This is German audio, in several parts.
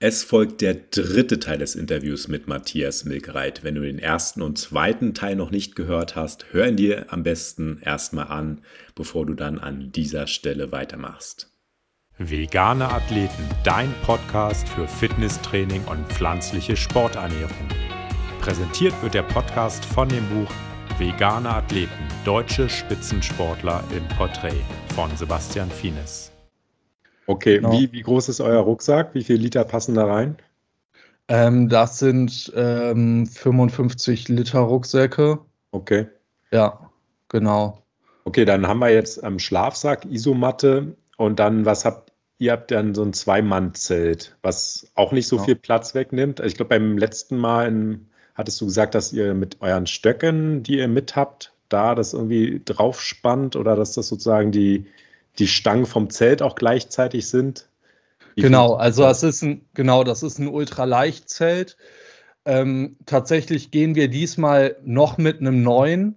Es folgt der dritte Teil des Interviews mit Matthias Milkereit. Wenn du den ersten und zweiten Teil noch nicht gehört hast, hör ihn dir am besten erstmal an, bevor du dann an dieser Stelle weitermachst. Vegane Athleten, dein Podcast für Fitnesstraining und pflanzliche Sporternährung. Präsentiert wird der Podcast von dem Buch Vegane Athleten, deutsche Spitzensportler im Porträt von Sebastian Fienes. Okay, genau. Wie groß ist euer Rucksack? Wie viele Liter passen da rein? Das sind 55 Liter Rucksäcke. Okay. Ja, genau. Okay, dann haben wir jetzt am Schlafsack, Isomatte und dann, ihr habt dann so ein Zwei-Mann-Zelt, was auch nicht so viel Platz wegnimmt. Ich glaube, beim letzten Mal hattest du gesagt, dass ihr mit euren Stöcken, die ihr mit habt, da das irgendwie drauf spannt oder dass das sozusagen die Stangen vom Zelt auch gleichzeitig sind? Genau, also das ist ein Ultraleichtzelt. Tatsächlich gehen wir diesmal noch mit einem neuen,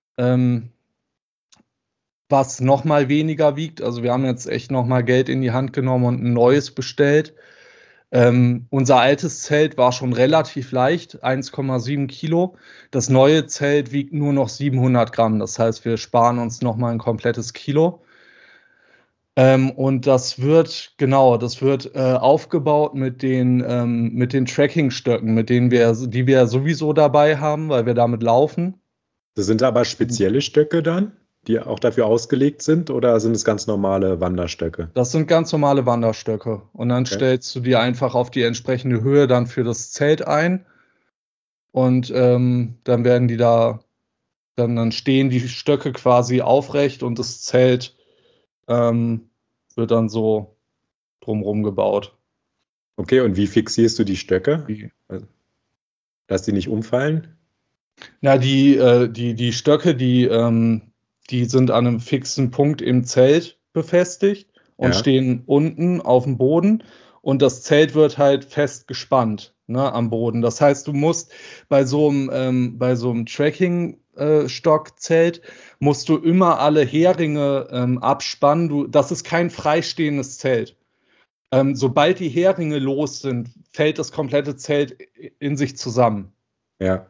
was noch mal weniger wiegt. Also wir haben jetzt echt noch mal Geld in die Hand genommen und ein neues bestellt. Unser altes Zelt war schon relativ leicht, 1,7 Kilo. Das neue Zelt wiegt nur noch 700 Gramm. Das heißt, wir sparen uns noch mal ein komplettes Kilo. Und das wird aufgebaut mit den Tracking-Stöcken, die wir sowieso dabei haben, weil wir damit laufen. Das sind aber spezielle Stöcke dann, die auch dafür ausgelegt sind, oder sind es ganz normale Wanderstöcke? Das sind ganz normale Wanderstöcke. Und dann stellst du die einfach auf die entsprechende Höhe dann für das Zelt ein. Und dann werden die dann stehen die Stöcke quasi aufrecht und das Zelt wird dann so drumherum gebaut. Okay, und wie fixierst du die Stöcke? Dass die nicht umfallen? Na, die Stöcke, die sind an einem fixen Punkt im Zelt befestigt und stehen unten auf dem Boden. Und das Zelt wird halt fest gespannt, ne, am Boden. Das heißt, du musst bei so einem Tracking-Stockzelt musst du immer alle Heringe abspannen. Das ist kein freistehendes Zelt. Sobald die Heringe los sind, fällt das komplette Zelt in sich zusammen. Ja.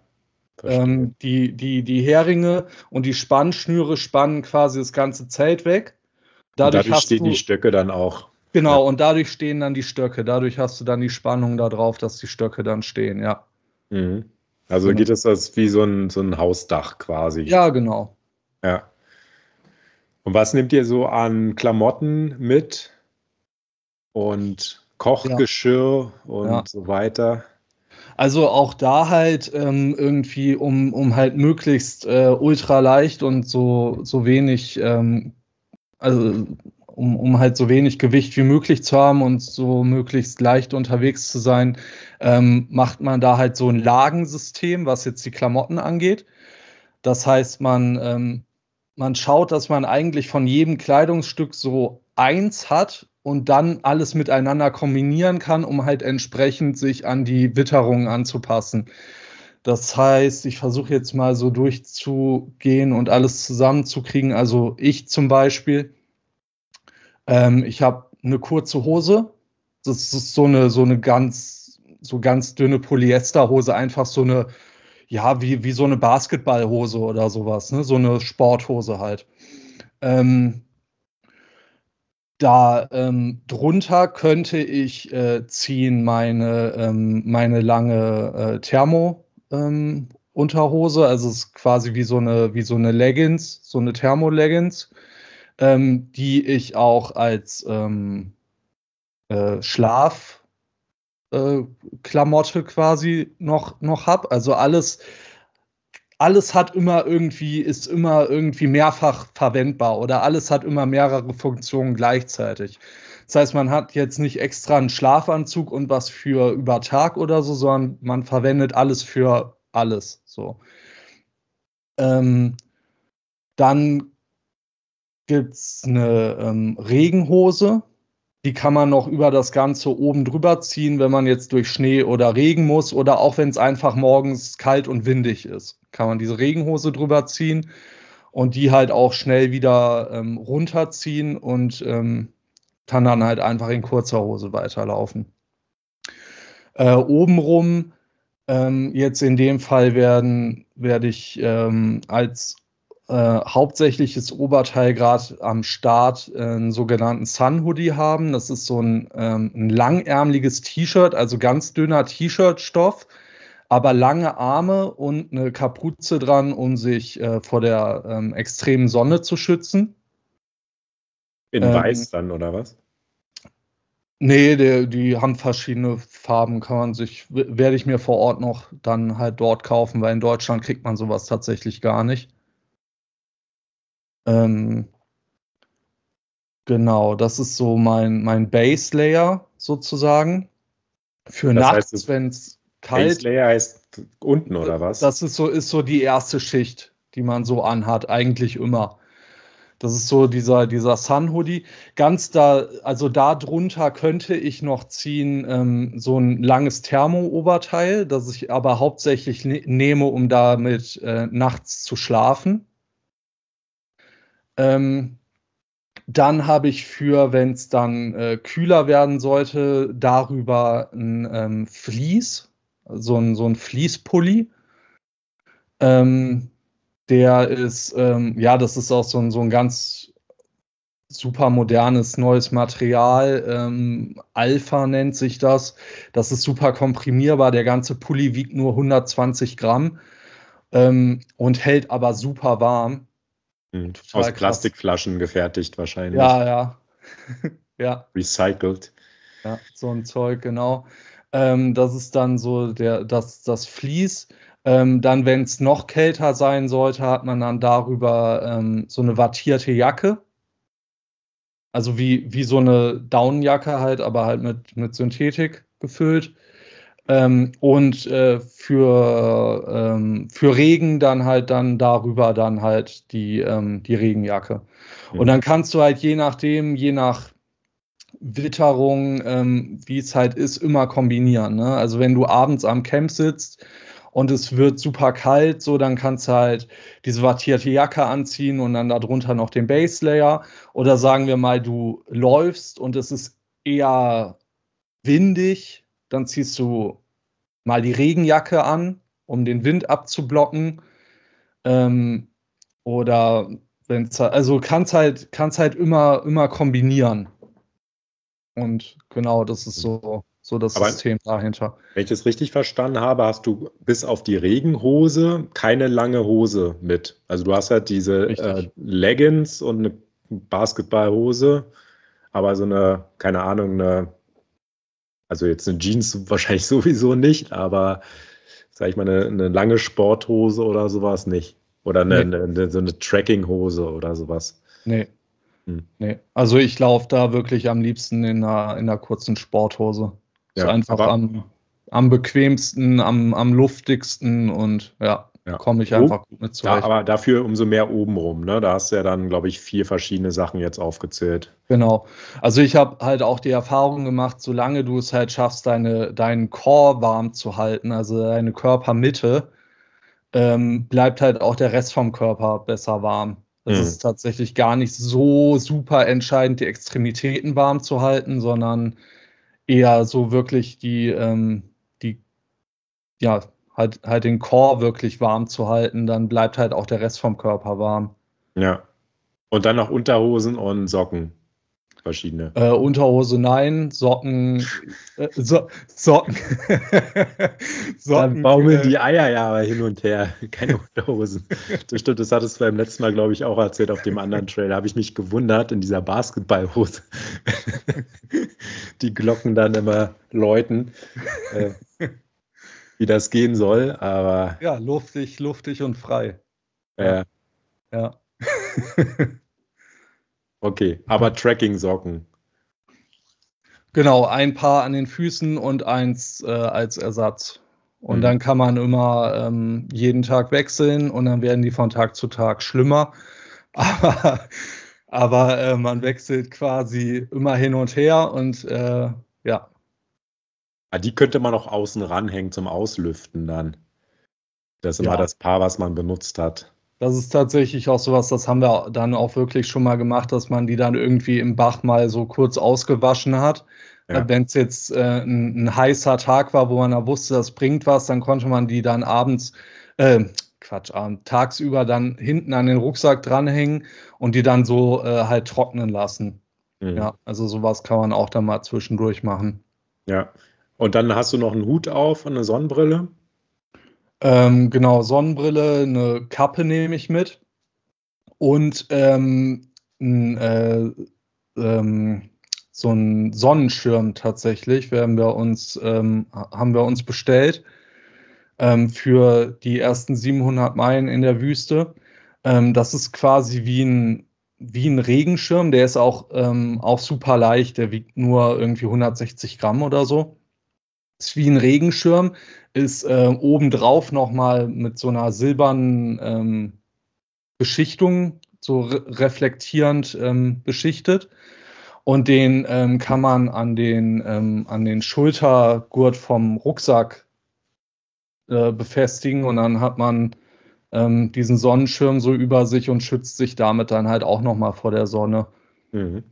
Die Heringe und die Spannschnüre spannen quasi das ganze Zelt weg. Dadurch stehen die Stöcke dann auch. Genau, und dadurch stehen dann die Stöcke. Dadurch hast du dann die Spannung da drauf, dass die Stöcke dann stehen, ja. Mhm. Also geht es das wie so ein Hausdach quasi. Ja, genau. Ja. Und was nehmt ihr so an Klamotten mit? Und Kochgeschirr und so weiter? Also auch da halt irgendwie, um halt möglichst ultraleicht und so wenig, um halt so wenig Gewicht wie möglich zu haben und so möglichst leicht unterwegs zu sein, macht man da halt so ein Lagensystem, was jetzt die Klamotten angeht. Das heißt, man schaut, dass man eigentlich von jedem Kleidungsstück so eins hat und dann alles miteinander kombinieren kann, um halt entsprechend sich an die Witterungen anzupassen. Das heißt, ich versuche jetzt mal so durchzugehen und alles zusammenzukriegen. Also ich zum Beispiel, ich habe eine kurze Hose. Das ist so eine ganz dünne Polyesterhose, einfach so eine, ja, wie so eine Basketballhose oder sowas, ne? So eine Sporthose halt. Drunter könnte ich ziehen meine lange Thermo-Unterhose, also es ist quasi wie so eine Leggings, so eine Thermo-Leggings, die ich auch als Schlafklamotte quasi noch habe. Also alles ist immer irgendwie mehrfach verwendbar oder alles hat immer mehrere Funktionen gleichzeitig. Das heißt, man hat jetzt nicht extra einen Schlafanzug und was für über Tag oder so, sondern man verwendet alles für alles. So. Dann gibt es eine Regenhose. Die kann man noch über das Ganze oben drüber ziehen, wenn man jetzt durch Schnee oder Regen muss oder auch wenn es einfach morgens kalt und windig ist. Kann man diese Regenhose drüber ziehen und die halt auch schnell wieder runterziehen und kann dann halt einfach in kurzer Hose weiterlaufen. Obenrum, jetzt in dem Fall werde ich als hauptsächliches Oberteil gerade am Start einen sogenannten Sun Hoodie haben. Das ist so ein langärmeliges T-Shirt, also ganz dünner T-Shirt-Stoff, aber lange Arme und eine Kapuze dran, um sich vor der extremen Sonne zu schützen. In weiß dann, oder was? Nee, die haben verschiedene Farben, werde ich mir vor Ort noch dann halt dort kaufen, weil in Deutschland kriegt man sowas tatsächlich gar nicht. Genau, das ist so mein Base Layer sozusagen. Für Das nachts, heißt, wenn es kalt Base Layer heißt unten, oder was? Das ist so die erste Schicht, die man so anhat, eigentlich immer. Das ist so dieser Sun Hoodie. Also da drunter könnte ich noch ziehen, so ein langes Thermo-Oberteil, das ich aber hauptsächlich nehme, um damit nachts zu schlafen. Dann habe ich wenn es dann kühler werden sollte, darüber ein Fleece, so ein Fleece-Pulli. Der ist, das ist auch so ein ganz super modernes neues Material. Alpha nennt sich das. Das ist super komprimierbar. Der ganze Pulli wiegt nur 120 Gramm und hält aber super warm. Aus krass. Plastikflaschen gefertigt wahrscheinlich. Ja. Ja. Recycelt. Ja, so ein Zeug, genau. Das ist dann so das Vlies. Dann, wenn es noch kälter sein sollte, hat man dann darüber so eine wattierte Jacke. Also wie so eine Daunenjacke halt, aber halt mit Synthetik gefüllt. Und für Regen dann darüber dann halt die Regenjacke. Und dann kannst du halt je nach Witterung, wie es halt ist, immer kombinieren. Ne? Also wenn du abends am Camp sitzt und es wird super kalt, so dann kannst du halt diese wattierte Jacke anziehen und dann darunter noch den Base Layer. Oder sagen wir mal, du läufst und es ist eher windig, dann ziehst du mal die Regenjacke an, um den Wind abzublocken. Oder kannst halt immer kombinieren. Und genau, das ist so das System dahinter. Wenn ich das richtig verstanden habe, hast du bis auf die Regenhose keine lange Hose mit. Also du hast halt diese Leggings und eine Basketballhose, aber so eine, keine Ahnung, also jetzt eine Jeans wahrscheinlich sowieso nicht, aber sag ich mal, eine lange Sporthose oder sowas nicht. Oder so eine Trekkinghose oder sowas. Nee. Nee. Also ich laufe da wirklich am liebsten in einer kurzen Sporthose. Ja, ist einfach am bequemsten, am luftigsten und komme ich einfach gut mit zurecht. Ja, aber dafür umso mehr obenrum, ne? Da hast du ja dann, glaube ich, 4 verschiedene Sachen jetzt aufgezählt. Genau. Also ich habe halt auch die Erfahrung gemacht, solange du es halt schaffst, deinen Core warm zu halten, also deine Körpermitte, bleibt halt auch der Rest vom Körper besser warm. Es ist tatsächlich gar nicht so super entscheidend, die Extremitäten warm zu halten, sondern eher so wirklich halt den Core wirklich warm zu halten, dann bleibt halt auch der Rest vom Körper warm. Ja. Und dann noch Unterhosen und Socken. Verschiedene. Unterhose nein, Socken. Socken. Dann baumeln die Eier ja hin und her. Keine Unterhosen. Das stimmt, das hattest du beim letzten Mal, glaube ich, auch erzählt auf dem anderen Trail. Da habe ich mich gewundert in dieser Basketballhose. Die Glocken dann immer läuten, wie das gehen soll. Aber ja, luftig und frei. Ja. Okay, aber Trekking-Socken. Genau, ein Paar an den Füßen und eins als Ersatz. Und dann kann man immer jeden Tag wechseln und dann werden die von Tag zu Tag schlimmer. Aber man wechselt quasi immer hin und her und ja. Die könnte man auch außen ranhängen zum Auslüften dann. Das ist immer das Paar, was man benutzt hat. Das ist tatsächlich auch sowas, das haben wir dann auch wirklich schon mal gemacht, dass man die dann irgendwie im Bach mal so kurz ausgewaschen hat, Ja. Wenn es jetzt ein heißer Tag war, wo man da wusste, das bringt was, dann konnte man die dann tagsüber dann hinten an den Rucksack dranhängen und die dann so halt trocknen lassen. Mhm. Ja, also sowas kann man auch dann mal zwischendurch machen. Ja. Und dann hast du noch einen Hut auf und eine Sonnenbrille? Genau, Sonnenbrille, eine Kappe nehme ich mit und so einen Sonnenschirm tatsächlich haben wir uns bestellt für die ersten 700 Meilen in der Wüste. Das ist quasi wie ein Regenschirm, der ist auch super leicht, der wiegt nur irgendwie 160 Gramm oder so. Ist wie ein Regenschirm, ist obendrauf nochmal mit so einer silbernen Beschichtung, so reflektierend beschichtet. Und den kann man an den Schultergurt vom Rucksack befestigen und dann hat man diesen Sonnenschirm so über sich und schützt sich damit dann halt auch nochmal vor der Sonne. Mhm.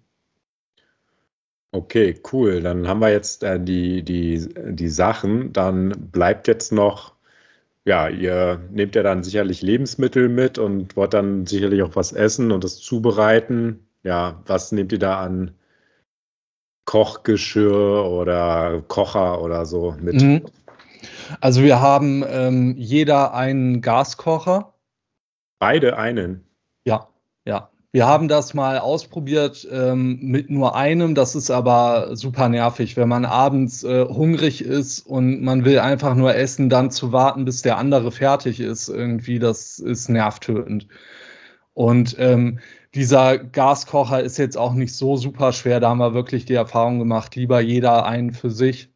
Okay, cool. Dann haben wir jetzt die Sachen. Dann bleibt jetzt noch, ja, ihr nehmt ja dann sicherlich Lebensmittel mit und wollt dann sicherlich auch was essen und das zubereiten. Ja, was nehmt ihr da an Kochgeschirr oder Kocher oder so mit? Mhm. Also wir haben jeder einen Gaskocher. Beide einen. Ja. Wir haben das mal ausprobiert mit nur einem. Das ist aber super nervig, wenn man abends hungrig ist und man will einfach nur essen, dann zu warten, bis der andere fertig ist. Irgendwie, das ist nervtötend. Und dieser Gaskocher ist jetzt auch nicht so super schwer. Da haben wir wirklich die Erfahrung gemacht, lieber jeder einen für sich.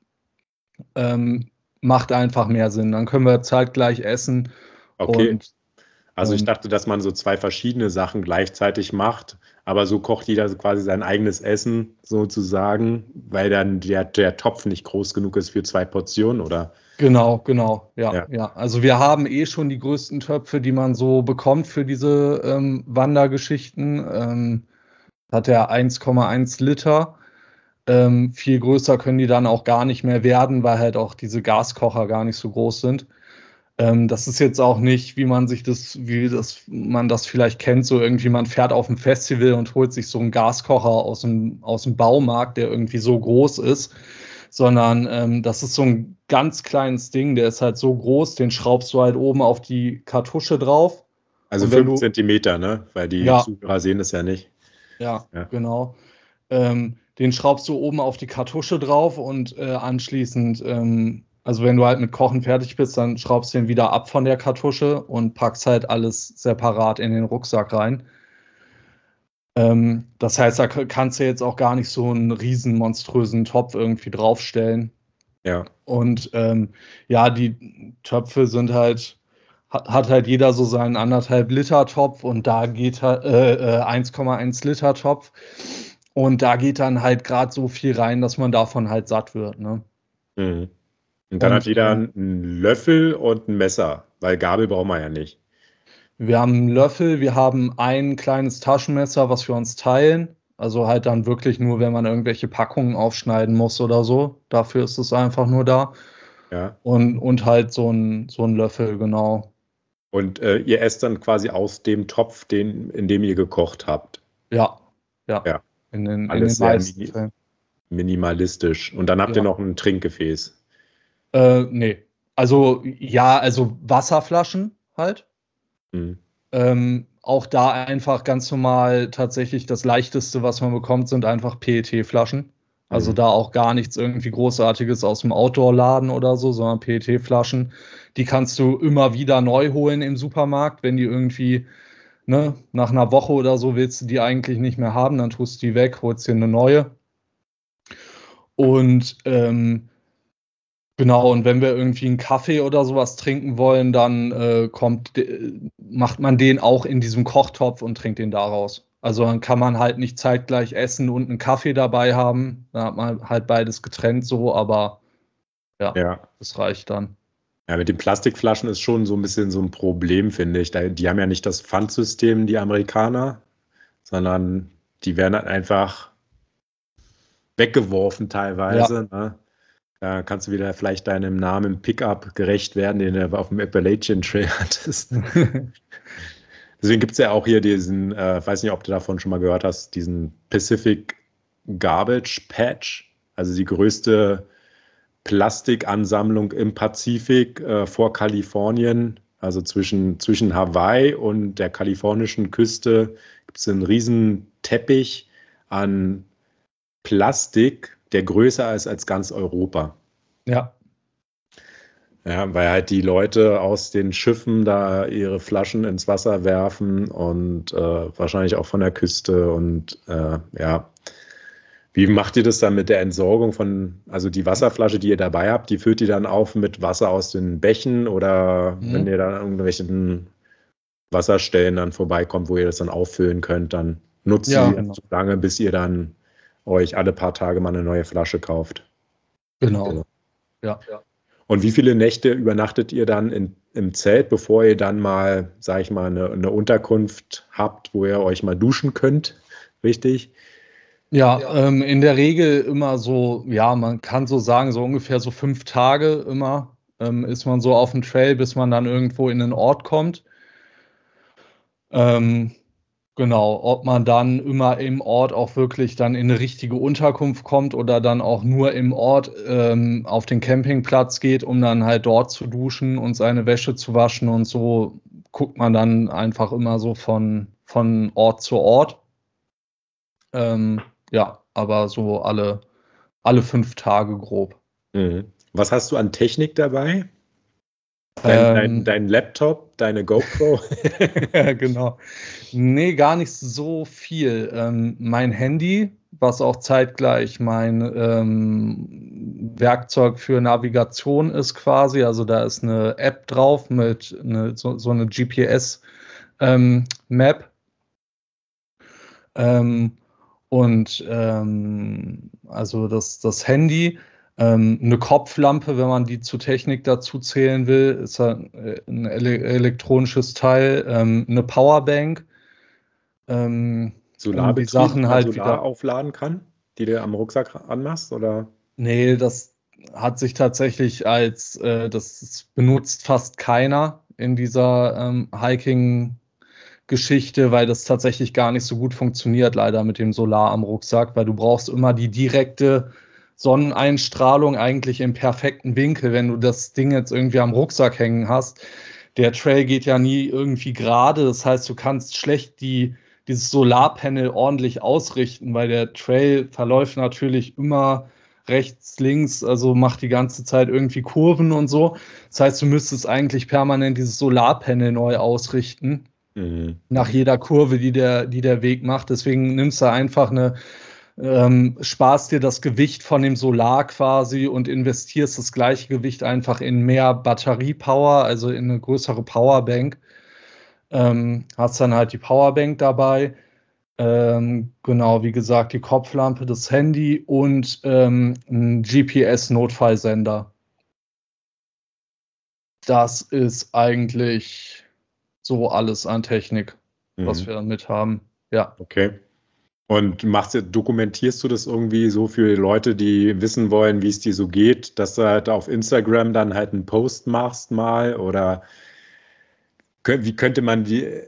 Macht einfach mehr Sinn. Dann können wir zeitgleich essen. Okay. Also ich dachte, dass man so zwei verschiedene Sachen gleichzeitig macht, aber so kocht jeder quasi sein eigenes Essen sozusagen, weil dann der Topf nicht groß genug ist für 2 Portionen, oder? Genau, ja. Also wir haben schon die größten Töpfe, die man so bekommt für diese Wandergeschichten. Hat der 1,1 Liter. Viel größer können die dann auch gar nicht mehr werden, weil halt auch diese Gaskocher gar nicht so groß sind. Das ist jetzt auch nicht, wie man das vielleicht kennt, so irgendwie man fährt auf ein Festival und holt sich so einen Gaskocher aus dem Baumarkt, der irgendwie so groß ist, sondern das ist so ein ganz kleines Ding, der ist halt so groß, den schraubst du halt oben auf die Kartusche drauf. Also 5 Zentimeter, ne? Weil die Zuhörer sehen das ja nicht. Ja, genau. Den schraubst du oben auf die Kartusche drauf und anschließend also wenn du halt mit Kochen fertig bist, dann schraubst du den wieder ab von der Kartusche und packst halt alles separat in den Rucksack rein. Das heißt, da kannst du jetzt auch gar nicht so einen riesen monströsen Topf irgendwie draufstellen. Ja. Und die Töpfe sind halt, hat halt jeder so seinen 1,5 Liter Topf und da geht 1,1 Liter Topf. Und da geht dann halt gerade so viel rein, dass man davon halt satt wird, ne? Mhm. Und dann hat jeder einen Löffel und ein Messer, weil Gabel braucht man ja nicht. Wir haben einen Löffel, wir haben ein kleines Taschenmesser, was wir uns teilen. Also halt dann wirklich nur, wenn man irgendwelche Packungen aufschneiden muss oder so. Dafür ist es einfach nur da. Ja. Und halt so ein Löffel, genau. Und ihr esst dann quasi aus dem Topf, in dem ihr gekocht habt. Ja. In den meisten Fällen. Minimalistisch. Und dann habt ihr noch ein Trinkgefäß. Nee. Also Wasserflaschen halt. Auch da einfach ganz normal tatsächlich das Leichteste, was man bekommt, sind einfach PET-Flaschen. Also da auch gar nichts irgendwie Großartiges aus dem Outdoor-Laden oder so, sondern PET-Flaschen. Die kannst du immer wieder neu holen im Supermarkt, wenn die irgendwie, ne, nach einer Woche oder so willst du die eigentlich nicht mehr haben, dann tust du die weg, holst dir eine neue. Und genau, und wenn wir irgendwie einen Kaffee oder sowas trinken wollen, dann macht man den auch in diesem Kochtopf und trinkt den daraus. Also dann kann man halt nicht zeitgleich essen und einen Kaffee dabei haben. Da hat man halt beides getrennt so, aber das reicht dann. Ja, mit den Plastikflaschen ist schon so ein bisschen so ein Problem, finde ich. Die haben ja nicht das Pfandsystem, die Amerikaner, sondern die werden halt einfach weggeworfen teilweise. Ja. Ne? Da kannst du wieder vielleicht deinem Namen Pickup gerecht werden, den du auf dem Appalachian Trail hattest. Deswegen gibt es ja auch hier diesen, weiß nicht, ob du davon schon mal gehört hast, diesen Pacific Garbage Patch, also die größte Plastikansammlung im Pazifik vor Kalifornien, also zwischen Hawaii und der kalifornischen Küste gibt es einen riesen Teppich an Plastik, der größer ist als ganz Europa. Ja. Ja, weil halt die Leute aus den Schiffen da ihre Flaschen ins Wasser werfen und wahrscheinlich auch von der Küste und ja. Wie macht ihr das dann mit der Entsorgung also die Wasserflasche, die ihr dabei habt, die füllt ihr dann auf mit Wasser aus den Bächen oder wenn ihr dann irgendwelchen Wasserstellen dann vorbeikommt, wo ihr das dann auffüllen könnt, dann nutzt ihr die so lange, bis ihr dann euch alle paar Tage mal eine neue Flasche kauft. Genau. Ja. Und wie viele Nächte übernachtet ihr dann im Zelt, bevor ihr dann mal, sag ich mal, eine Unterkunft habt, wo ihr euch mal duschen könnt? Richtig? Ja, in der Regel immer so, ja, man kann so sagen, so ungefähr so 5 Tage immer ist man so auf dem Trail, bis man dann irgendwo in den Ort kommt. Genau, ob man dann immer im Ort auch wirklich dann in eine richtige Unterkunft kommt oder dann auch nur im Ort auf den Campingplatz geht, um dann halt dort zu duschen und seine Wäsche zu waschen und so guckt man dann einfach immer so von Ort zu Ort. Ja, aber so alle 5 Tage grob. Mhm. Was hast du an Technik dabei? Dein Laptop, deine GoPro? Ja, genau. Nee, gar nicht so viel. Mein Handy, was auch zeitgleich mein Werkzeug für Navigation ist quasi. Also da ist eine App drauf mit so eine GPS-Map. Also das Handy, eine Kopflampe, wenn man die zur Technik dazu zählen will, ist ein elektronisches Teil, eine Powerbank, Solarbetrieb, die Sachen halt Solar wieder aufladen kann, die du am Rucksack anmachst, oder? Nee, das hat sich tatsächlich das benutzt fast keiner in dieser Hiking-Geschichte, weil das tatsächlich gar nicht so gut funktioniert, leider mit dem Solar am Rucksack, weil du brauchst immer die direkte Sonneneinstrahlung eigentlich im perfekten Winkel, wenn du das Ding jetzt irgendwie am Rucksack hängen hast. Der Trail geht ja nie irgendwie gerade, das heißt, du kannst schlecht dieses Solarpanel ordentlich ausrichten, weil der Trail verläuft natürlich immer rechts, links, also macht die ganze Zeit irgendwie Kurven und so. Das heißt, du müsstest eigentlich permanent dieses Solarpanel neu ausrichten. Nach jeder Kurve, die der Weg macht. Deswegen nimmst du einfach sparst dir das Gewicht von dem Solar quasi und investierst das gleiche Gewicht einfach in mehr Batteriepower, also in eine größere Powerbank. Hast dann halt die Powerbank dabei. Genau, wie gesagt, die Kopflampe, das Handy und ein GPS-Notfallsender. Das ist eigentlich so alles an Technik, was wir damit haben. Ja. Okay. Und dokumentierst du das irgendwie so für Leute, die wissen wollen, wie es dir so geht, dass du halt auf Instagram dann halt einen Post machst mal? Oder wie könnte man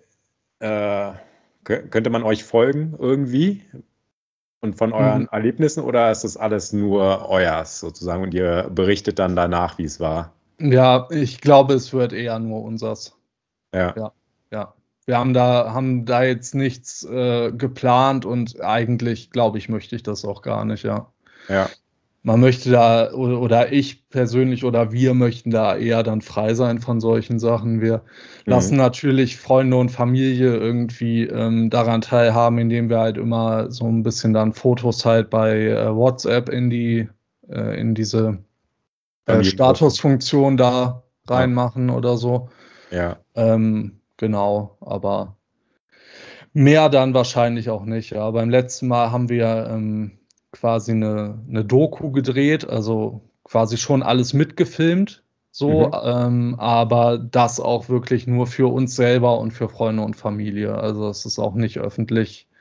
könnte man euch folgen irgendwie und von euren Erlebnissen, oder ist das alles nur euers sozusagen und ihr berichtet dann danach, wie es war? Ja, ich glaube, es wird eher nur unsers. Ja. Wir haben da jetzt nichts geplant und eigentlich, glaube ich, möchte ich das auch gar nicht, ja. Ja. Man möchte da, oder ich persönlich oder wir möchten da eher dann frei sein von solchen Sachen. Wir lassen natürlich Freunde und Familie irgendwie daran teilhaben, indem wir halt immer so ein bisschen dann Fotos halt bei WhatsApp in diese Statusfunktion da reinmachen oder so. Ja. Genau, aber mehr dann wahrscheinlich auch nicht. Ja. Beim letzten Mal haben wir quasi eine Doku gedreht, also quasi schon alles mitgefilmt, so, aber das auch wirklich nur für uns selber und für Freunde und Familie. Also es ist auch nicht öffentlich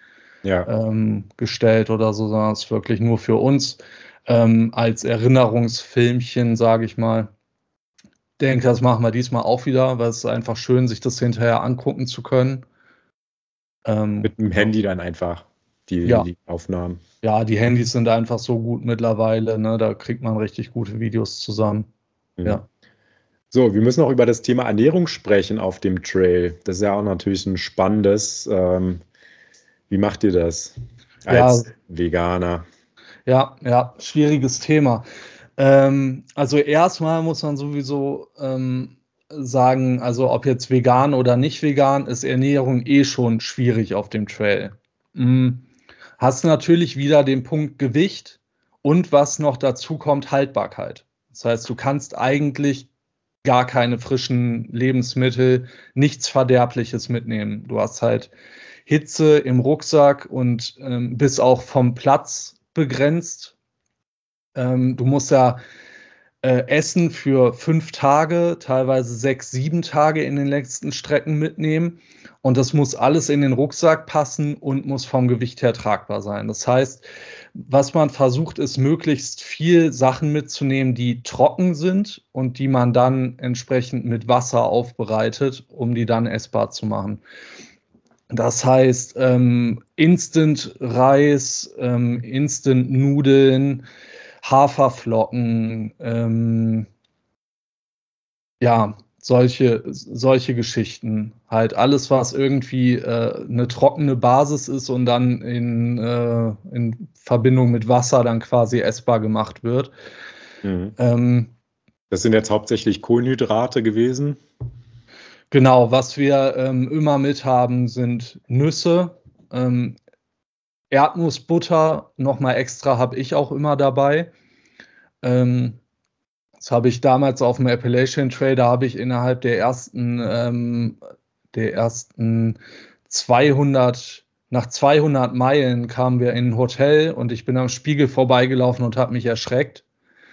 gestellt oder so, sondern es ist wirklich nur für uns als Erinnerungsfilmchen, sage ich mal. Ich denke, das machen wir diesmal auch wieder, weil es ist einfach schön, sich das hinterher angucken zu können. Mit dem Handy dann einfach die Aufnahmen. Ja, die Handys sind einfach so gut mittlerweile, ne? Da kriegt man richtig gute Videos zusammen. Ja. So, wir müssen auch über das Thema Ernährung sprechen auf dem Trail. Das ist ja auch natürlich ein spannendes. Wie macht ihr das als Veganer? Ja, schwieriges Thema. Also erstmal muss man sowieso sagen, also ob jetzt vegan oder nicht vegan, ist Ernährung schon schwierig auf dem Trail. Hast natürlich wieder den Punkt Gewicht und was noch dazu kommt, Haltbarkeit. Das heißt, du kannst eigentlich gar keine frischen Lebensmittel, nichts Verderbliches mitnehmen. Du hast halt Hitze im Rucksack und bist auch vom Platz begrenzt. Du musst ja Essen für 5 Tage, teilweise 6, 7 Tage in den letzten Strecken mitnehmen. Und das muss alles in den Rucksack passen und muss vom Gewicht her tragbar sein. Das heißt, was man versucht, ist möglichst viel Sachen mitzunehmen, die trocken sind und die man dann entsprechend mit Wasser aufbereitet, um die dann essbar zu machen. Das heißt, Instant-Reis, Instant-Nudeln, Haferflocken, solche Geschichten. Halt alles, was irgendwie eine trockene Basis ist und dann in Verbindung mit Wasser dann quasi essbar gemacht wird. Das sind jetzt hauptsächlich Kohlenhydrate gewesen? Genau, was wir immer mit haben, sind Nüsse, Erdnussbutter, nochmal extra habe ich auch immer dabei. Das habe ich damals auf dem Appalachian Trail, da habe ich innerhalb der ersten 200, nach 200 Meilen kamen wir in ein Hotel und ich bin am Spiegel vorbeigelaufen und habe mich erschreckt.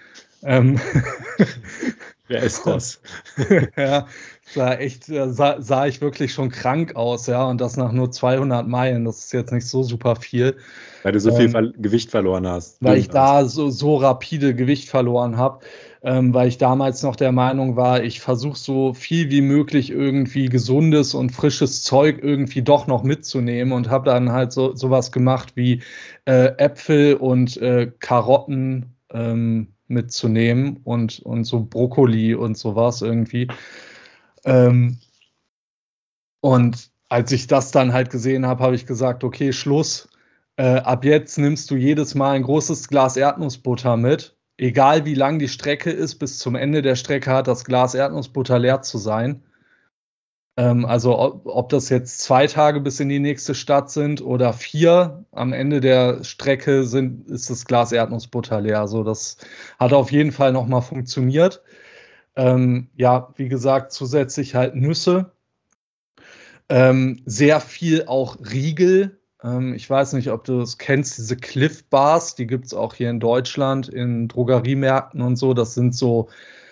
Wer ist das? Ja, sah ich wirklich schon krank aus, ja, und das nach nur 200 Meilen, das ist jetzt nicht so super viel. Weil du so viel Gewicht verloren hast. Weil ich da so rapide Gewicht verloren habe, weil ich damals noch der Meinung war, ich versuche so viel wie möglich irgendwie gesundes und frisches Zeug irgendwie doch noch mitzunehmen und habe dann halt sowas gemacht wie Äpfel und Karotten mitzunehmen und so Brokkoli und sowas irgendwie. Und als ich das dann halt gesehen habe, habe ich gesagt, okay, Schluss. Ab jetzt nimmst du jedes Mal ein großes Glas Erdnussbutter mit. Egal wie lang die Strecke ist, bis zum Ende der Strecke hat das Glas Erdnussbutter leer zu sein. Also ob das jetzt 2 Tage bis in die nächste Stadt sind oder 4, am Ende der Strecke ist das Glas Erdnussbutter leer. Also das hat auf jeden Fall nochmal funktioniert. Wie gesagt, zusätzlich halt Nüsse. Sehr viel auch Riegel. Ich weiß nicht, ob du das kennst, diese Cliff Bars, die gibt es auch hier in Deutschland in Drogeriemärkten und so. Das sind so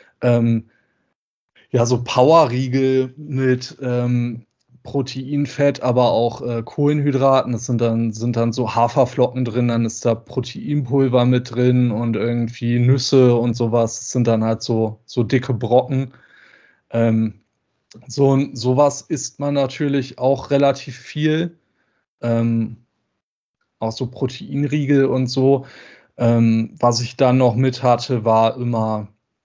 so Powerriegel mit Proteinfett, aber auch Kohlenhydraten. Das sind dann so Haferflocken drin, dann ist da Proteinpulver mit drin und irgendwie Nüsse und sowas. Das sind dann halt so dicke Brocken. Sowas isst man natürlich auch relativ viel. Auch so Proteinriegel und so. Was ich dann noch mit hatte, war immer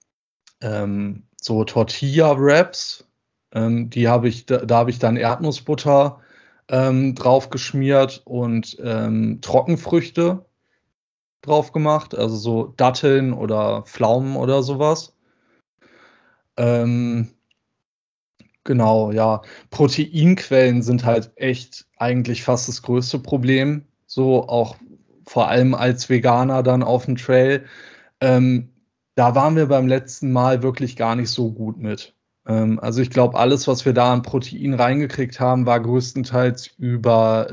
so Tortilla-Wraps. Da habe ich dann Erdnussbutter drauf geschmiert und Trockenfrüchte drauf gemacht, also so Datteln oder Pflaumen oder sowas. Genau, ja. Proteinquellen sind halt echt eigentlich fast das größte Problem. So auch vor allem als Veganer dann auf dem Trail. Da waren wir beim letzten Mal wirklich gar nicht so gut mit. Also ich glaube, alles, was wir da an Protein reingekriegt haben, war größtenteils über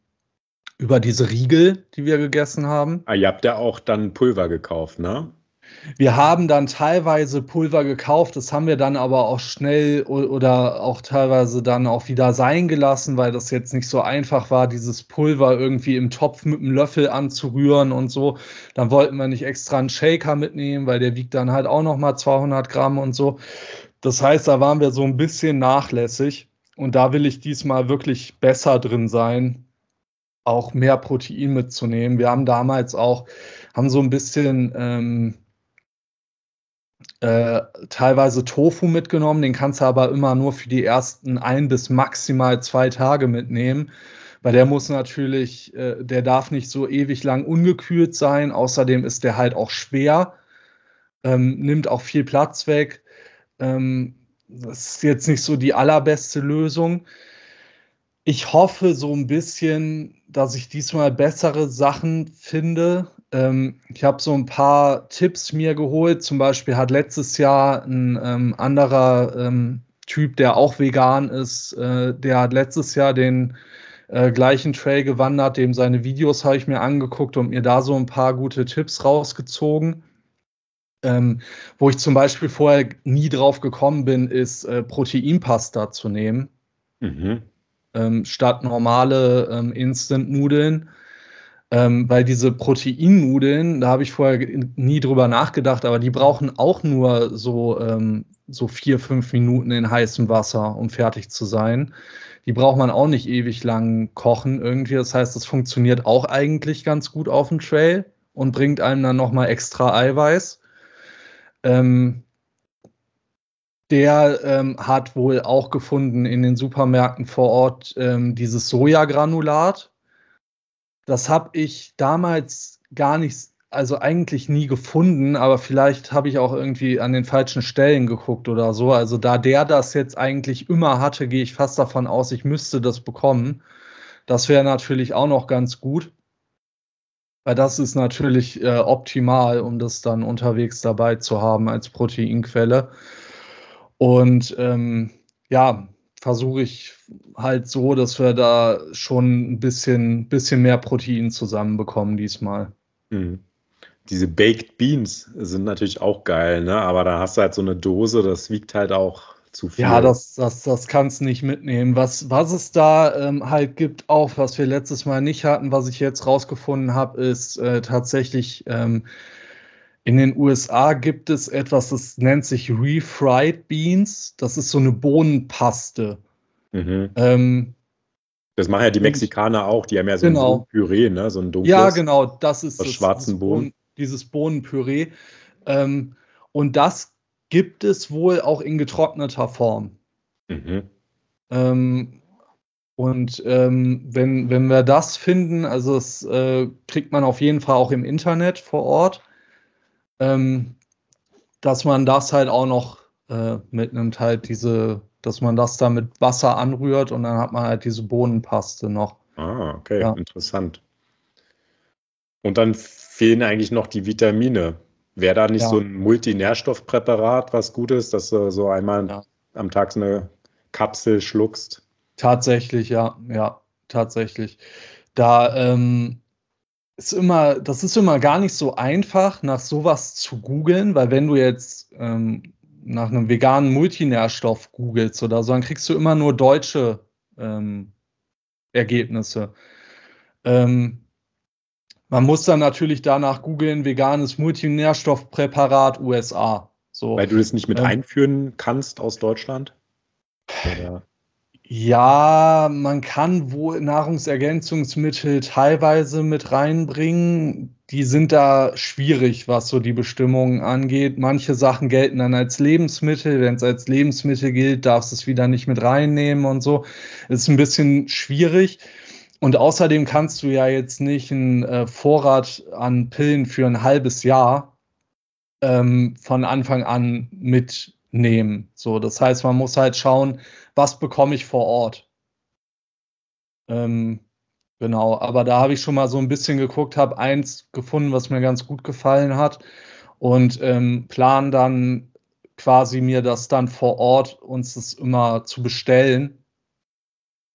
diese Riegel, die wir gegessen haben. Ihr habt ja auch dann Pulver gekauft, ne? Wir haben dann teilweise Pulver gekauft, das haben wir dann aber auch schnell oder auch teilweise dann auch wieder sein gelassen, weil das jetzt nicht so einfach war, dieses Pulver irgendwie im Topf mit einem Löffel anzurühren und so. Dann wollten wir nicht extra einen Shaker mitnehmen, weil der wiegt dann halt auch nochmal 200 Gramm und so. Das heißt, da waren wir so ein bisschen nachlässig und da will ich diesmal wirklich besser drin sein, auch mehr Protein mitzunehmen. Wir haben damals auch, haben so ein bisschen teilweise Tofu mitgenommen, den kannst du aber immer nur für die ersten 1 bis maximal 2 Tage mitnehmen, weil der muss natürlich, der darf nicht so ewig lang ungekühlt sein, außerdem ist der halt auch schwer, nimmt auch viel Platz weg. Das ist jetzt nicht so die allerbeste Lösung. Ich hoffe so ein bisschen, dass ich diesmal bessere Sachen finde. Ich habe so ein paar Tipps mir geholt. Zum Beispiel hat letztes Jahr ein anderer Typ, der auch vegan ist, der hat letztes Jahr den gleichen Trail gewandert. Dem seine Videos habe ich mir angeguckt und mir da so ein paar gute Tipps rausgezogen. Wo ich zum Beispiel vorher nie drauf gekommen bin, ist Proteinpasta zu nehmen. Statt normale Instant-Nudeln. Weil diese Proteinnudeln, da habe ich vorher nie drüber nachgedacht, aber die brauchen auch nur so 4-5 Minuten in heißem Wasser, um fertig zu sein. Die braucht man auch nicht ewig lang kochen irgendwie. Das heißt, das funktioniert auch eigentlich ganz gut auf dem Trail und bringt einem dann nochmal extra Eiweiß. Der hat wohl auch gefunden in den Supermärkten vor Ort dieses Sojagranulat. Das habe ich damals gar nicht, also eigentlich nie gefunden, aber vielleicht habe ich auch irgendwie an den falschen Stellen geguckt oder so. Also da der das jetzt eigentlich immer hatte, gehe ich fast davon aus, ich müsste das bekommen. Das wäre natürlich auch noch ganz gut, weil das ist natürlich optimal, um das dann unterwegs dabei zu haben als Proteinquelle. Und ja, versuche ich halt so, dass wir da schon ein bisschen mehr Protein zusammenbekommen diesmal. Diese Baked Beans sind natürlich auch geil, ne? Aber da hast du halt so eine Dose, das wiegt halt auch zu viel. Ja, das kannst du nicht mitnehmen. Was es da halt gibt, auch was wir letztes Mal nicht hatten, was ich jetzt rausgefunden habe, ist tatsächlich in den USA gibt es etwas, das nennt sich Refried Beans. Das ist so eine Bohnenpaste. Das machen ja die Mexikaner auch. Die haben ja so ein Püree, ne? So ein dunkles. Ja, genau. Das ist aus schwarzen Bohnen. Dieses Bohnenpüree. Und das gibt es wohl auch in getrockneter Form. Und wenn wir das finden, also das kriegt man auf jeden Fall auch im Internet vor Ort, dass man das halt auch noch mitnimmt, halt dass man das da mit Wasser anrührt und dann hat man halt diese Bohnenpaste noch. Ah, okay, ja. Interessant. Und dann fehlen eigentlich noch die Vitamine. Wäre da nicht so ein Multinährstoffpräparat was Gutes, dass du so einmal am Tag so eine Kapsel schluckst? Tatsächlich, ja, tatsächlich. Das ist immer gar nicht so einfach, nach sowas zu googeln, weil wenn du jetzt nach einem veganen Multinährstoff googelst oder so, dann kriegst du immer nur deutsche Ergebnisse. Man muss dann natürlich danach googeln, veganes Multinährstoffpräparat USA. So. Weil du das nicht mit einführen kannst aus Deutschland? Oder? Ja, man kann wohl Nahrungsergänzungsmittel teilweise mit reinbringen. Die sind da schwierig, was so die Bestimmungen angeht. Manche Sachen gelten dann als Lebensmittel. Wenn es als Lebensmittel gilt, darfst du es wieder nicht mit reinnehmen und so. Das ist ein bisschen schwierig. Und außerdem kannst du ja jetzt nicht einen Vorrat an Pillen für ein halbes Jahr von Anfang an mitnehmen. So, das heißt, man muss halt schauen, was bekomme ich vor Ort. Genau, aber da habe ich schon mal so ein bisschen geguckt, habe eins gefunden, was mir ganz gut gefallen hat und plan dann quasi mir das dann vor Ort, uns das immer zu bestellen.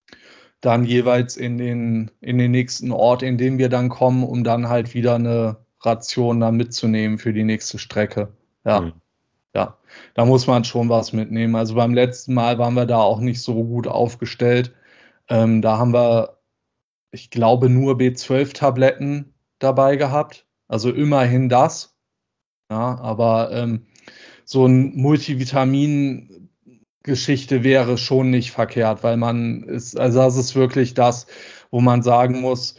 Dann jeweils in den nächsten Ort, in den wir dann kommen, um dann halt wieder eine Ration dann mitzunehmen für die nächste Strecke. Ja. Ja, da muss man schon was mitnehmen. Also beim letzten Mal waren wir da auch nicht so gut aufgestellt. Da haben wir, ich glaube, nur B12-Tabletten dabei gehabt. Also immerhin das. Ja, aber so ein Multivitamin-Geschichte wäre schon nicht verkehrt, weil also das ist wirklich das, wo man sagen muss,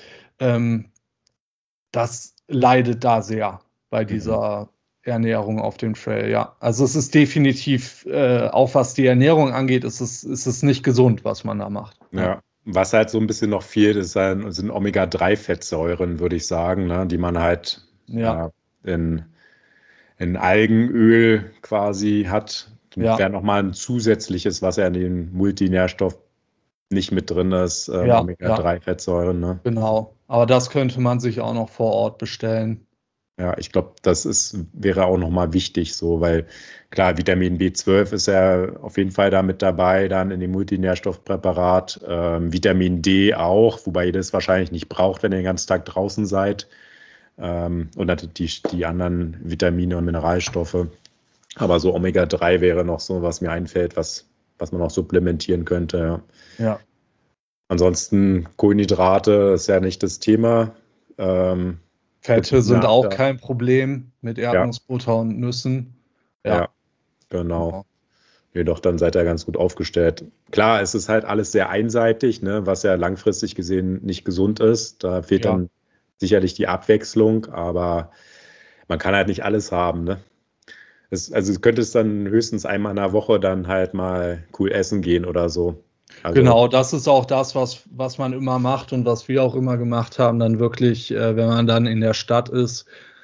das leidet da sehr bei dieser Ernährung auf dem Trail, ja. Also es ist definitiv, auch was die Ernährung angeht, ist es nicht gesund, was man da macht. Ja, was halt so ein bisschen noch fehlt, sind Omega-3-Fettsäuren, würde ich sagen, ne, die man halt in Algenöl quasi hat. Das wäre nochmal ein zusätzliches, was ja in dem Multinährstoff nicht mit drin ist, Omega-3-Fettsäuren. Ne? Genau, aber das könnte man sich auch noch vor Ort bestellen. Ja, ich glaube, wäre auch nochmal wichtig, so, weil klar, Vitamin B12 ist ja auf jeden Fall da mit dabei, dann in dem Multinährstoffpräparat. Vitamin D auch, wobei ihr das wahrscheinlich nicht braucht, wenn ihr den ganzen Tag draußen seid. Und natürlich die anderen Vitamine und Mineralstoffe. Aber so Omega-3 wäre noch so, was mir einfällt, was man auch supplementieren könnte. Ja. Ansonsten Kohlenhydrate ist ja nicht das Thema. Fette sind auch kein Problem mit Erdnussbutter und Nüssen. Ja, genau. Jedoch dann seid ihr ganz gut aufgestellt. Klar, es ist halt alles sehr einseitig, ne, was ja langfristig gesehen nicht gesund ist. Da fehlt dann sicherlich die Abwechslung, aber man kann halt nicht alles haben. Ne? Also du könntest dann höchstens einmal in der Woche dann halt mal cool essen gehen oder so. Also, genau, das ist auch das, was man immer macht und was wir auch immer gemacht haben, dann wirklich, wenn man dann in der Stadt ist,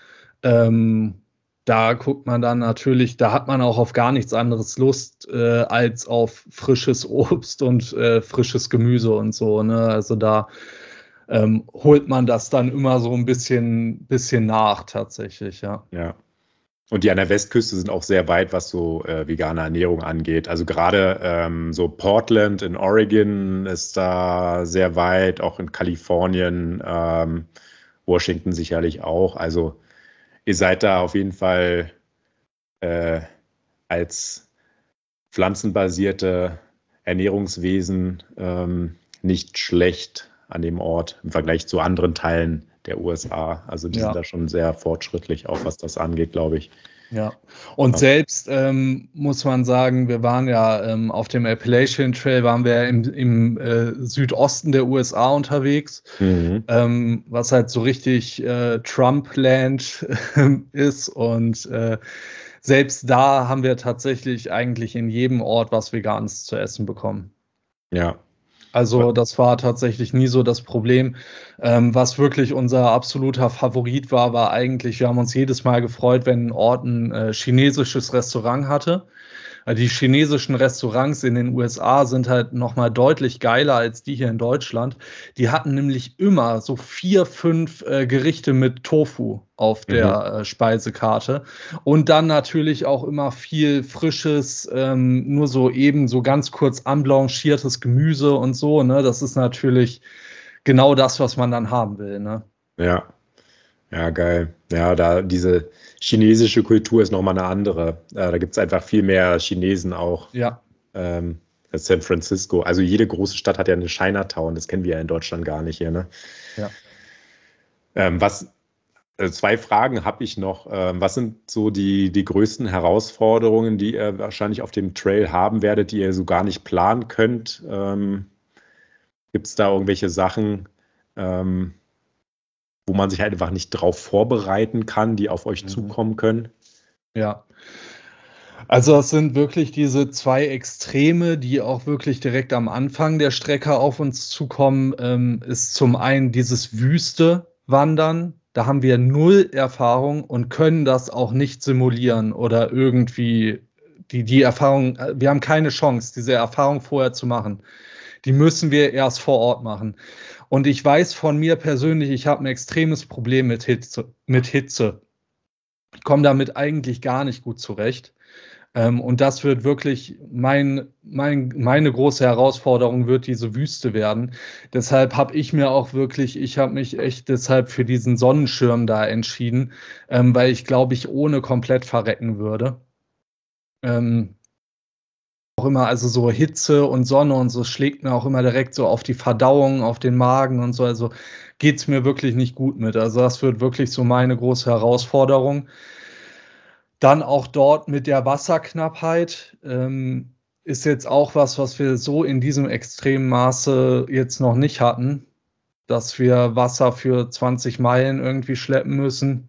da guckt man dann natürlich, da hat man auch auf gar nichts anderes Lust, als auf frisches Obst und frisches Gemüse und so. Ne? Also da holt man das dann immer so ein bisschen nach tatsächlich, ja. Ja. Und die an der Westküste sind auch sehr weit, was so vegane Ernährung angeht. Also gerade so Portland in Oregon ist da sehr weit, auch in Kalifornien, Washington sicherlich auch. Also ihr seid da auf jeden Fall als pflanzenbasierte Ernährungswesen nicht schlecht an dem Ort im Vergleich zu anderen Teilen der USA. Also die sind da schon sehr fortschrittlich, auch was das angeht, glaube ich. Ja, und selbst muss man sagen, wir waren ja auf dem Appalachian Trail, waren wir im Südosten der USA unterwegs, was halt so richtig Trump-Land ist. Und selbst da haben wir tatsächlich eigentlich in jedem Ort was Veganes zu essen bekommen. Ja. Also das war tatsächlich nie so das Problem. Was wirklich unser absoluter Favorit war eigentlich, wir haben uns jedes Mal gefreut, wenn ein Ort ein chinesisches Restaurant hatte. Die chinesischen Restaurants in den USA sind halt nochmal deutlich geiler als die hier in Deutschland. Die hatten nämlich immer so 4, 5 Gerichte mit Tofu auf der Speisekarte. Und dann natürlich auch immer viel frisches, nur so eben so ganz kurz anblanchiertes Gemüse und so. Ne? Das ist natürlich genau das, was man dann haben will. Ne? Ja. Ja, geil. Ja, da diese chinesische Kultur ist nochmal eine andere. Da gibt es einfach viel mehr Chinesen auch. Ja. Als San Francisco. Also jede große Stadt hat ja eine Chinatown. Das kennen wir ja in Deutschland gar nicht hier. Ne? Ja. 2 Fragen habe ich noch. Was sind so die größten Herausforderungen, die ihr wahrscheinlich auf dem Trail haben werdet, die ihr so gar nicht planen könnt? Gibt es da irgendwelche Sachen, wo man sich halt einfach nicht drauf vorbereiten kann, die auf euch zukommen können? Ja. Also es sind wirklich diese 2 Extreme, die auch wirklich direkt am Anfang der Strecke auf uns zukommen, ist zum einen dieses Wüste-Wandern. Da haben wir 0 Erfahrung und können das auch nicht simulieren oder irgendwie die Erfahrung, wir haben keine Chance, diese Erfahrung vorher zu machen. Die müssen wir erst vor Ort machen. Und ich weiß von mir persönlich, ich habe ein extremes Problem mit Hitze. Ich komme damit eigentlich gar nicht gut zurecht. Und das wird wirklich meine große Herausforderung, wird diese Wüste werden. Deshalb habe ich mich echt deshalb für diesen Sonnenschirm da entschieden, weil ich glaube, ich ohne komplett verrecken würde. Auch immer, also so Hitze und Sonne und so schlägt mir auch immer direkt so auf die Verdauung, auf den Magen und so. Also geht es mir wirklich nicht gut mit. Also das wird wirklich so meine große Herausforderung. Dann auch dort mit der Wasserknappheit ist jetzt auch was wir so in diesem extremen Maße jetzt noch nicht hatten, dass wir Wasser für 20 Meilen irgendwie schleppen müssen.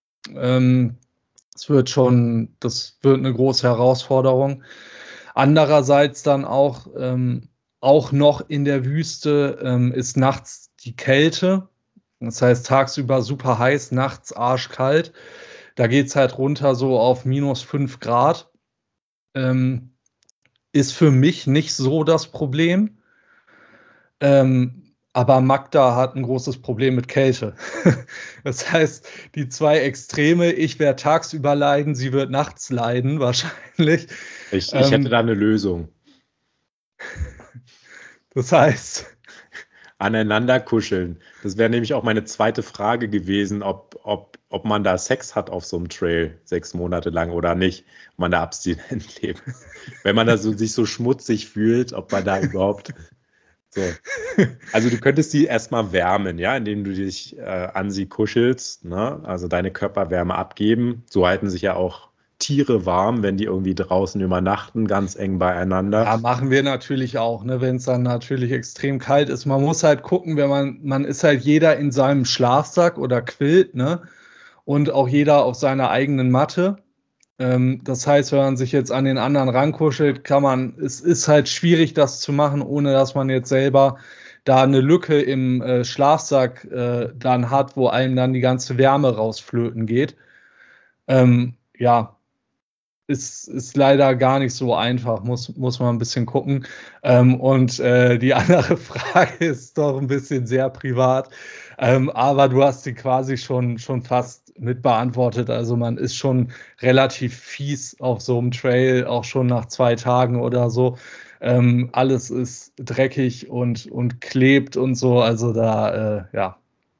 Das wird eine große Herausforderung. Andererseits dann auch noch in der Wüste ist nachts die Kälte. Das heißt, tagsüber super heiß, nachts arschkalt. Da geht es halt runter so auf -5 Grad. Ist für mich nicht so das Problem. Aber Magda hat ein großes Problem mit Kälte. Das heißt, die zwei Extreme, ich werde tagsüber leiden, sie wird nachts leiden, wahrscheinlich. Ich hätte da eine Lösung. Das heißt, aneinander kuscheln. Das wäre nämlich auch meine zweite Frage gewesen, ob man da Sex hat auf so einem Trail 6 Monate lang oder nicht, ob man da abstinent lebt. Wenn man da sich so schmutzig fühlt, ob man da überhaupt so. Also du könntest sie erstmal wärmen, ja, indem du dich an sie kuschelst, ne? Also deine Körperwärme abgeben. So halten sich ja auch Tiere warm, wenn die irgendwie draußen übernachten, ganz eng beieinander. Ja, machen wir natürlich auch, ne, wenn es dann natürlich extrem kalt ist. Man muss halt gucken, man ist halt jeder in seinem Schlafsack oder Quilt, ne? Und auch jeder auf seiner eigenen Matte. Das heißt, wenn man sich jetzt an den anderen rankuschelt, es ist halt schwierig, das zu machen, ohne dass man jetzt selber da eine Lücke im Schlafsack dann hat, wo einem dann die ganze Wärme rausflöten geht. Ja, ist leider gar nicht so einfach, muss man ein bisschen gucken. Und die andere Frage ist doch ein bisschen sehr privat, aber du hast sie quasi schon fast mit beantwortet. Also man ist schon relativ fies auf so einem Trail, auch schon nach 2 Tagen oder so. Alles ist dreckig und klebt und so, also da, ja.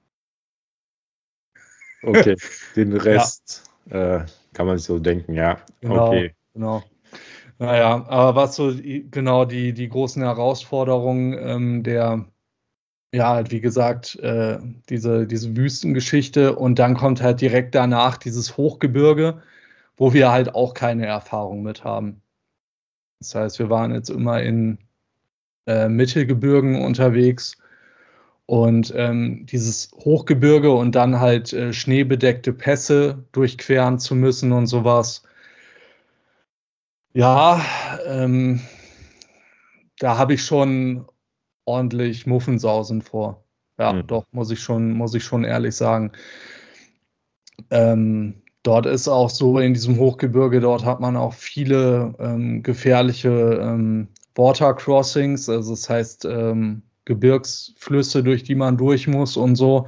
Okay, den Rest kann man sich so denken, ja. Genau, okay. Genau. Naja, aber was so genau die großen Herausforderungen halt wie gesagt, diese Wüstengeschichte und dann kommt halt direkt danach dieses Hochgebirge, wo wir halt auch keine Erfahrung mit haben. Das heißt, wir waren jetzt immer in Mittelgebirgen unterwegs und dieses Hochgebirge und dann halt schneebedeckte Pässe durchqueren zu müssen und sowas. Ja, da habe ich schon ordentlich Muffensausen vor. Ja, doch, muss ich schon ehrlich sagen. Dort ist auch so in diesem Hochgebirge, dort hat man auch viele gefährliche Watercrossings, also das heißt Gebirgsflüsse, durch die man durch muss und so.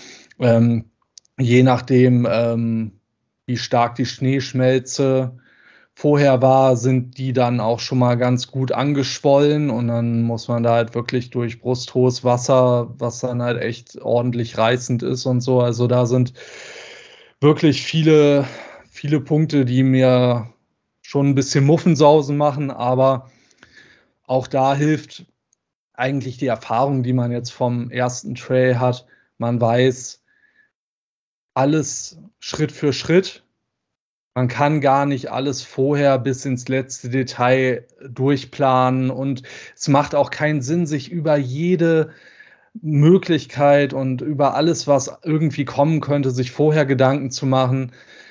Je nachdem, wie stark die Schneeschmelze vorher war, sind die dann auch schon mal ganz gut angeschwollen und dann muss man da halt wirklich durch brusthohes Wasser, was dann halt echt ordentlich reißend ist und so. Also da sind wirklich viele Punkte, die mir schon ein bisschen Muffensausen machen, aber auch da hilft eigentlich die Erfahrung, die man jetzt vom ersten Trail hat. Man weiß alles Schritt für Schritt. Man kann gar nicht alles vorher bis ins letzte Detail durchplanen und es macht auch keinen Sinn, sich über jede Möglichkeit und über alles, was irgendwie kommen könnte, sich vorher Gedanken zu machen.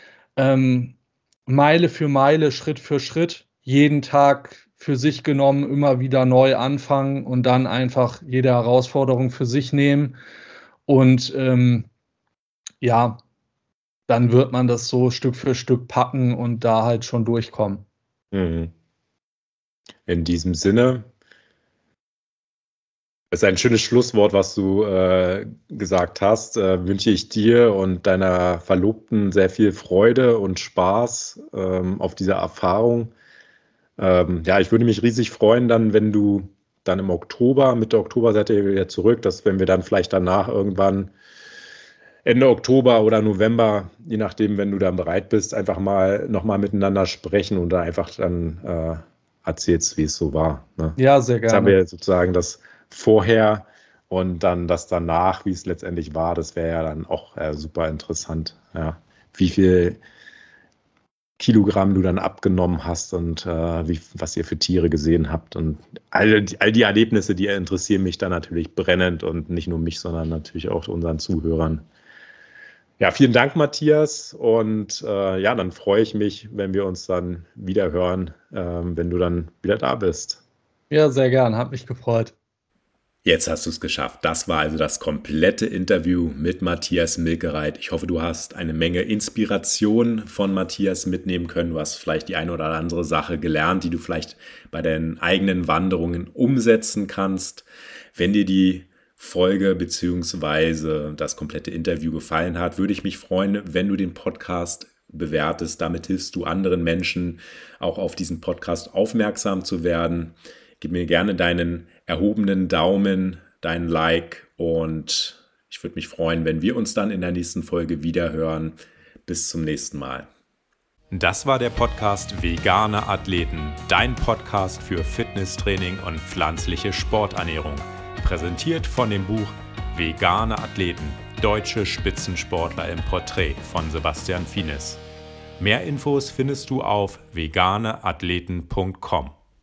Meile für Meile, Schritt für Schritt, jeden Tag für sich genommen, immer wieder neu anfangen und dann einfach jede Herausforderung für sich nehmen. Und ja, dann wird man das so Stück für Stück packen und da halt schon durchkommen. In diesem Sinne Das ist ein schönes Schlusswort, was du gesagt hast. Wünsche ich dir und deiner Verlobten sehr viel Freude und Spaß auf dieser Erfahrung. Ja, ich würde mich riesig freuen, dann, wenn du dann im Oktober, Mitte Oktober seid ihr wieder zurück, dass wenn wir dann vielleicht danach irgendwann Ende Oktober oder November, je nachdem, wenn du dann bereit bist, einfach mal nochmal miteinander sprechen und da einfach dann erzählst, wie es so war. Ne? Ja, sehr Jetzt haben gerne. wir sozusagen das vorher und dann das danach, wie es letztendlich war. Das wäre ja dann auch super interessant, ja. Wie viel Kilogramm du dann abgenommen hast und was ihr für Tiere gesehen habt. Und all die Erlebnisse, die interessieren mich dann natürlich brennend und nicht nur mich, sondern natürlich auch unseren Zuhörern. Ja, vielen Dank, Matthias. Und ja, dann freue ich mich, wenn wir uns dann wieder hören, wenn du dann wieder da bist. Ja, sehr gern. Hat mich gefreut. Jetzt hast du es geschafft. Das war also das komplette Interview mit Matthias Milkereit. Ich hoffe, du hast eine Menge Inspiration von Matthias mitnehmen können. Du hast vielleicht die eine oder andere Sache gelernt, die du vielleicht bei deinen eigenen Wanderungen umsetzen kannst. Wenn dir die Folge bzw. das komplette Interview gefallen hat, würde ich mich freuen, wenn du den Podcast bewertest. Damit hilfst du anderen Menschen, auch auf diesen Podcast aufmerksam zu werden. Gib mir gerne deinen erhobenen Daumen, dein Like und ich würde mich freuen, wenn wir uns dann in der nächsten Folge wieder hören. Bis zum nächsten Mal. Das war der Podcast Vegane Athleten, dein Podcast für Fitnesstraining und pflanzliche Sporternährung. Präsentiert von dem Buch Vegane Athleten, deutsche Spitzensportler im Porträt von Sebastian Fiennes. Mehr Infos findest du auf veganeathleten.com.